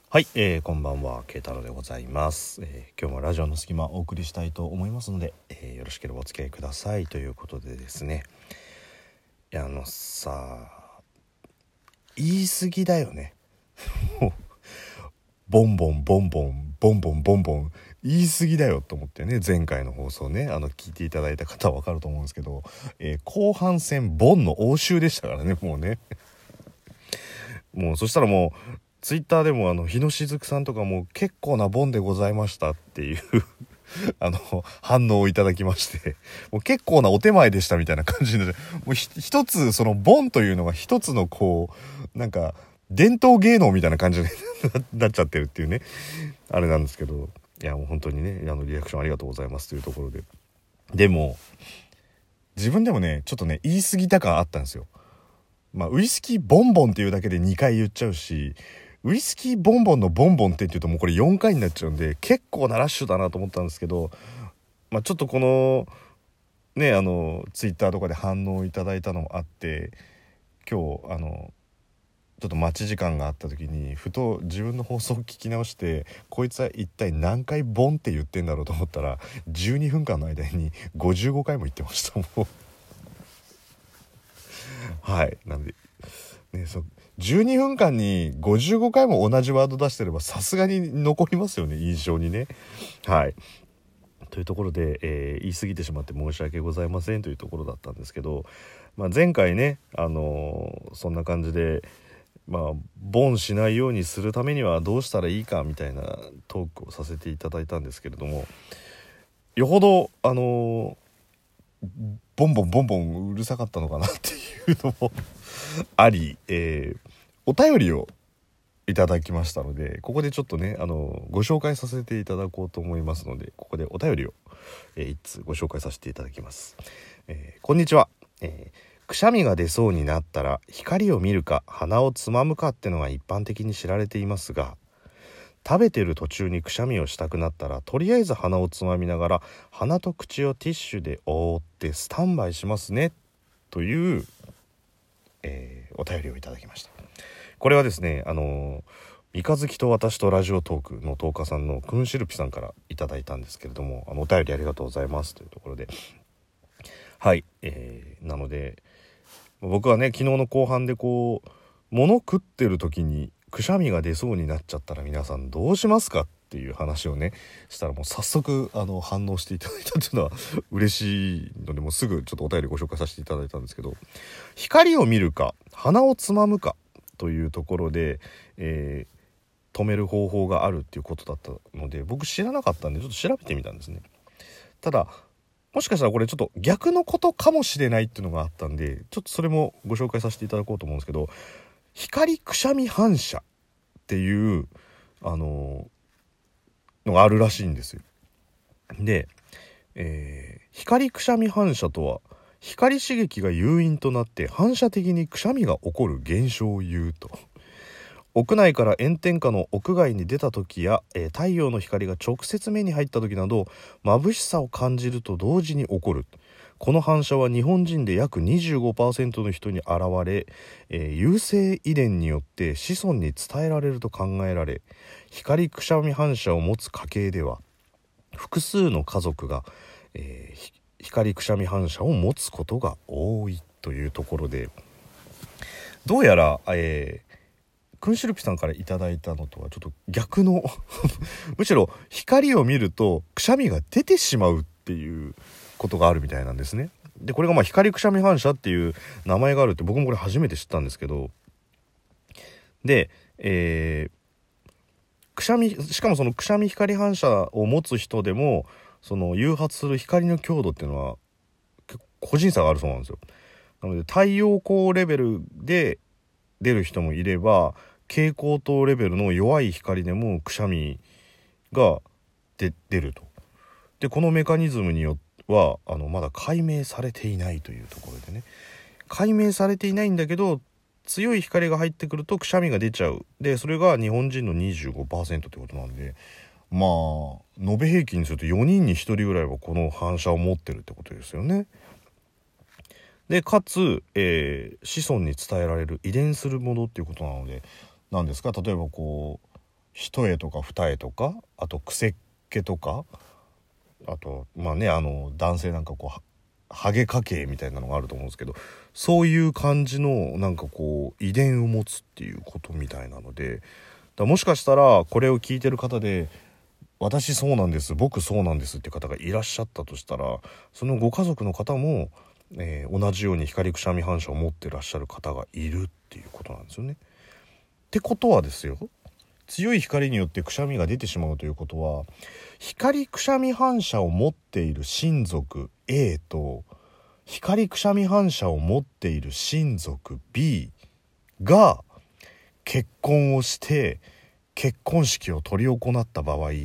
はい、こんばんは、慶太郎でございます。今日もラジオの隙間お送りしたいと思いますので、よろしければお付き合いくださいということでですね。いや言い過ぎだよね。ボンボンボンボンボンボンボンボン言い過ぎだよと思ってね、前回の放送ね、聞いていただいた方は分かると思うんですけど、後半戦ボンの応酬でしたからね、もうね。もうそしたらもうツイッターでも日野しずくさんとかも結構なボンでございましたっていう反応をいただきまして、もう結構なお手前でしたみたいな感じで、もう一つそのボンというのが一つのこうなんか伝統芸能みたいな感じになっちゃってるっていうね、あれなんですけど、いやもう本当にね、リアクションありがとうございますというところで、でも自分でもねちょっとね言い過ぎた感あったんですよ。ウイスキーボンボンっていうだけで2回言っちゃうし、ウイスキーボンボンのボンボンって言うともうこれ4回になっちゃうんで結構なラッシュだなと思ったんですけど、ちょっとこのねツイッターとかで反応いただいたのもあって、今日ちょっと待ち時間があった時にふと自分の放送を聞き直して、こいつは一体何回ボンって言ってんだろうと思ったら12分間の間に55回も言ってましたもうはいなんでね、12分間に55回も同じワード出してればさすがに残りますよね、印象にね。はいというところで、言い過ぎてしまって申し訳ございませんというところだったんですけど、前回ね、そんな感じでボンしないようにするためにはどうしたらいいかみたいなトークをさせていただいたんですけれども、よほどボンボンボンボンうるさかったのかなっていうのもあり、お便りをいただきましたので、ここでちょっとねご紹介させていただこうと思いますので、ここでお便りを、一通ご紹介させていただきます。こんにちは。くしゃみが出そうになったら光を見るか鼻をつまむかってのが一般的に知られていますが、食べてる途中にくしゃみをしたくなったらとりあえず鼻をつまみながら鼻と口をティッシュで覆ってスタンバイしますねという、お便りをいただきました。これはですね三日月と私とラジオトークのトーカーさんのくんしるぴさんからいただいたんですけれども、お便りありがとうございますというところで、はい、なので僕はね昨日の後半で物食ってる時にくしゃみが出そうになっちゃったら皆さんどうしますかっていう話をねしたら、もう早速反応していただいたっていうのは嬉しいので、もうすぐちょっとお便りご紹介させていただいたんですけど、光を見るか鼻をつまむかというところで、止める方法があるっていうことだったので、僕知らなかったんでちょっと調べてみたんですね。ただもしかしたらこれちょっと逆のことかもしれないっていうのがあったんで、ちょっとそれもご紹介させていただこうと思うんですけど、光くしゃみ反射っていうのがあるらしいんですよ。で、光くしゃみ反射とは光刺激が誘因となって反射的にくしゃみが起こる現象を言うと。屋内から炎天下の屋外に出た時や、太陽の光が直接目に入った時など眩しさを感じると同時に起こる。この反射は日本人で約 25% の人に現れ、優性遺伝によって子孫に伝えられると考えられ、光くしゃみ反射を持つ家系では複数の家族が、光くしゃみ反射を持つことが多いというところで、どうやら、くんしるぴさんからいただいたのとはちょっと逆のむしろ光を見るとくしゃみが出てしまうっていうことがあるみたいなんですね。でこれが光くしゃみ反射っていう名前があるって僕もこれ初めて知ったんですけど、で、くしゃみ、しかもそのくしゃみ光反射を持つ人でもその誘発する光の強度っていうのは結構個人差があるそうなんですよ。なので太陽光レベルで出る人もいれば、蛍光灯レベルの弱い光でもくしゃみが出ると。でこのメカニズムによってはまだ解明されていないというところでね、解明されていないんだけど強い光が入ってくるとくしゃみが出ちゃう。でそれが日本人の 25% ってことなんで、延べ平均にすると4人に1人ぐらいはこの反射を持ってるってことですよね。でかつ、子孫に伝えられる遺伝するものっていうことなので、何ですか、例えば一重とか二重とか、あと癖っ気とか、あと男性なんかこうハゲ家系みたいなのがあると思うんですけど、そういう感じのなんかこう遺伝を持つっていうことみたいなので、もしかしたらこれを聞いてる方で、私そうなんです、僕そうなんですっていう方がいらっしゃったとしたら、そのご家族の方も、同じように光くしゃみ反射を持ってらっしゃる方がいるっていうことなんですよね。ってことはですよ、強い光によってくしゃみが出てしまうということは、光くしゃみ反射を持っている親族 A と光くしゃみ反射を持っている親族 B が結婚をして結婚式を執り行った場合、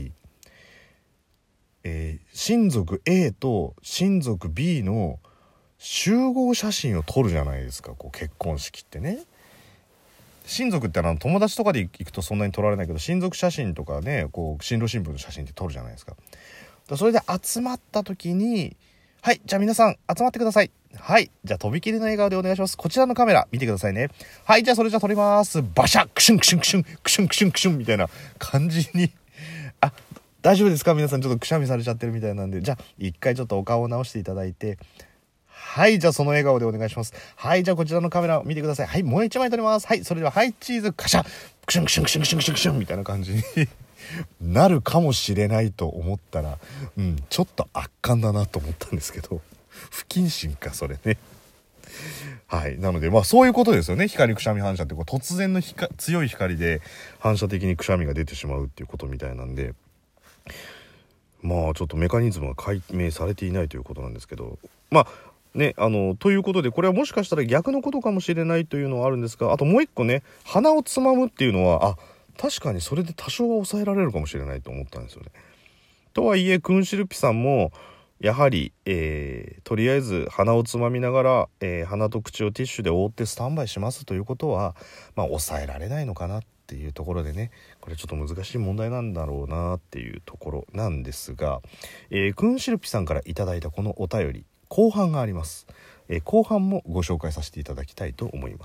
親族 A と親族 B の集合写真を撮るじゃないですか、こう結婚式ってね。親族って友達とかで行くとそんなに撮られないけど、親族写真とかね、こう新郎新婦の写真って撮るじゃないですか。それで集まった時に、はい、じゃあ皆さん集まってください。はい、じゃあとびきりの笑顔でお願いします。こちらのカメラ見てくださいね。はい、じゃあそれじゃあ撮ります。バシャックシュンクシュンクシュンクシュンクシュンクシュンみたいな感じに大丈夫ですか皆さん、ちょっとくしゃみされちゃってるみたいなんで、じゃあ一回ちょっとお顔を直していただいて、はい、じゃあその笑顔でお願いします。はい、じゃあこちらのカメラを見てください。はい、もう一枚撮ります。はい、それでははい、チーズカシャクシュンクシュンクシュンクシュンクシュンクシュンみたいな感じになるかもしれないと思ったら、ちょっと圧巻だなと思ったんですけど、不謹慎かそれね。はい、なのでそういうことですよね。光くしゃみ反射ってこう突然の強い光で反射的にくしゃみが出てしまうっていうことみたいなんで、ちょっとメカニズムが解明されていないということなんですけど、ということで、これはもしかしたら逆のことかもしれないというのはあるんですが、あともう一個ね、鼻をつまむっていうのは確かにそれで多少は抑えられるかもしれないと思ったんですよね。とはいえクンシルピさんもやはり、とりあえず鼻をつまみながら、鼻と口をティッシュで覆ってスタンバイしますということは、抑えられないのかなっていうところでね、これちょっと難しい問題なんだろうなっていうところなんですが、クンシルピさんからいただいたこのお便り、後半があります。後半もご紹介させていただきたいと思います。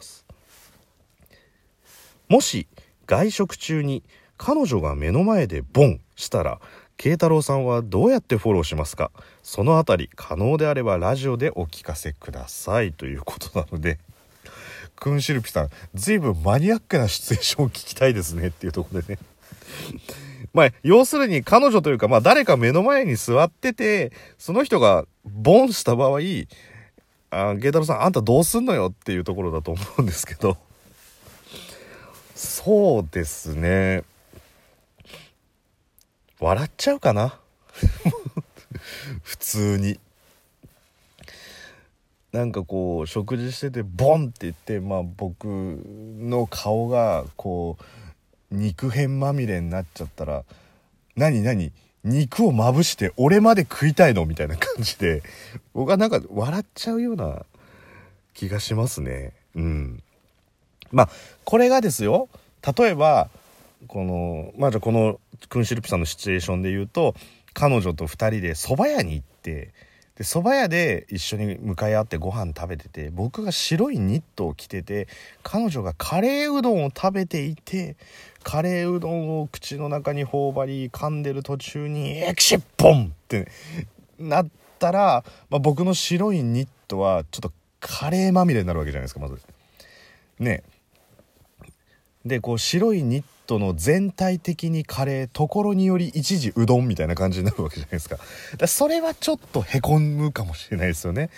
もし外食中に彼女が目の前でボンしたら、慶太郎さんはどうやってフォローしますか？そのあたり可能であればラジオでお聞かせくださいということなので、クンシルピさん、ずいぶんマニアックなシチュエーションを聞きたいですねっていうところでね要するに彼女というか、誰か目の前に座ってて、その人がボンした場合、慶太郎さんあんたどうすんのよっていうところだと思うんですけど、そうですね、笑っちゃうかな普通に。なんかこう食事しててボンって言って、僕の顔がこう肉片まみれになっちゃったら、何肉をまぶして俺まで食いたいのみたいな感じで、僕はなんか笑っちゃうような気がしますね。これがですよ、例えばこのじゃあこのクンシルピさんのシチュエーションで言うと、彼女と2人で蕎麦屋に行って、で蕎麦屋で一緒に向かい合ってご飯食べてて、僕が白いニットを着てて、彼女がカレーうどんを食べていて、カレーうどんを口の中に頬張り噛んでる途中にエクシッポンってなったら、僕の白いニットはちょっとカレーまみれになるわけじゃないですか、まずね。でこう白いニットの全体的にカレー、ところにより一時うどんみたいな感じになるわけじゃないですか。それはちょっとへこむかもしれないですよね。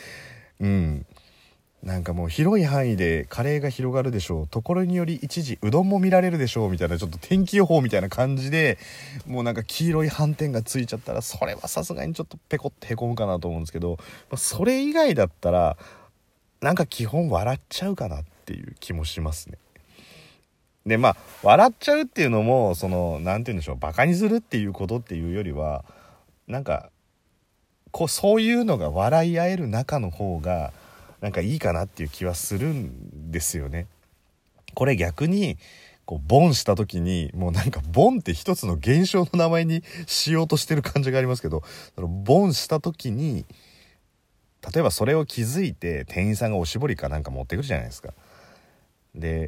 なんかもう広い範囲でカレーが広がるでしょう、ところにより一時うどんも見られるでしょうみたいな、ちょっと天気予報みたいな感じで、もうなんか黄色い斑点がついちゃったら、それはさすがにちょっとペコってへこむかなと思うんですけど、それ以外だったらなんか基本笑っちゃうかなっていう気もしますね。で笑っちゃうっていうのも、なんて言うんでしょう、バカにするっていうことっていうよりは、なんかそういうのが笑い合える仲の方がなんかいいかなっていう気はするんですよね。これ逆にボンした時に、もうなんかボンって一つの現象の名前にしようとしてる感じがありますけど、ボンした時に例えばそれを気づいて店員さんがおしぼりかなんか持ってくるじゃないですか。で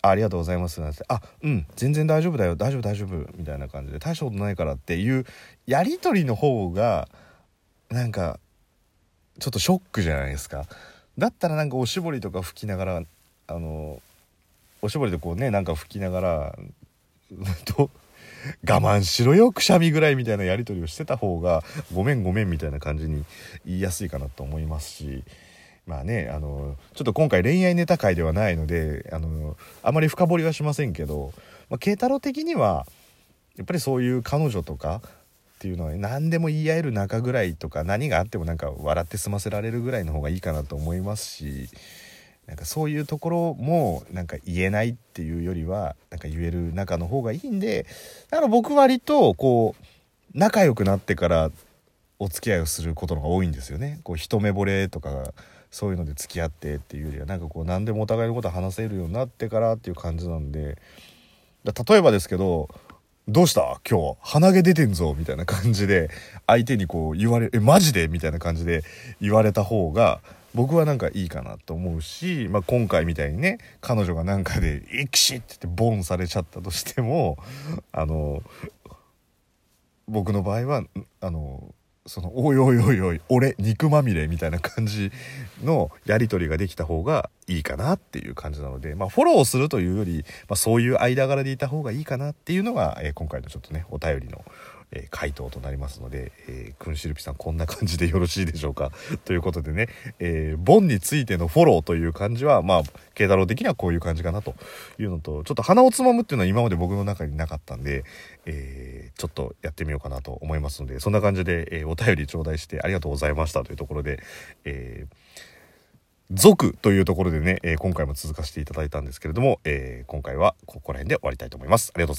ありがとうございますなんて、全然大丈夫だよ、大丈夫大丈夫みたいな感じで、大したことないからっていうやり取りの方がなんかちょっとショックじゃないですか。だったらなんかおしぼりとか拭きながらおしぼりでこうねなんか拭きながらと我慢しろよくしゃみぐらいみたいなやり取りをしてた方がごめんごめんみたいな感じに言いやすいかなと思いますし、まあねちょっと今回恋愛ネタ会ではないのであまり深掘りはしませんけど、慶太郎的にはやっぱりそういう彼女とかっていうのは何でも言い合える仲ぐらいとか、何があってもなんか笑って済ませられるぐらいの方がいいかなと思いますし、なんかそういうところもなんか言えないっていうよりはなんか言える仲の方がいいんで、だから僕割とこう仲良くなってからお付き合いをすることの方が多いんですよね。こう一目惚れとかそういうので付き合ってっていうよりはなんかこう何でもお互いのこと話せるようになってからっていう感じなんで、例えばですけど、どうした今日鼻毛出てんぞみたいな感じで相手にこう言われマジでみたいな感じで言われた方が僕はなんかいいかなと思うし、今回みたいにね彼女がなんかでイクシッって言ってボンされちゃったとしても僕の場合はおいおいおいおい俺肉まみれみたいな感じのやり取りができた方がいいかなっていう感じなので、フォローするというより、そういう間柄でいた方がいいかなっていうのが、今回のちょっとねお便りの、回答となりますので、くんしるぴさんこんな感じでよろしいでしょうかということでね、ボンについてのフォローという感じは慶太郎的にはこういう感じかなというのと、ちょっと鼻をつまむっていうのは今まで僕の中になかったんで、ちょっとやってみようかなと思いますので、そんな感じで、お便り頂戴してありがとうございましたというところで、続というところでね、今回も続かせていただいたんですけれども、今回はここら辺で終わりたいと思います。ありがとうございます。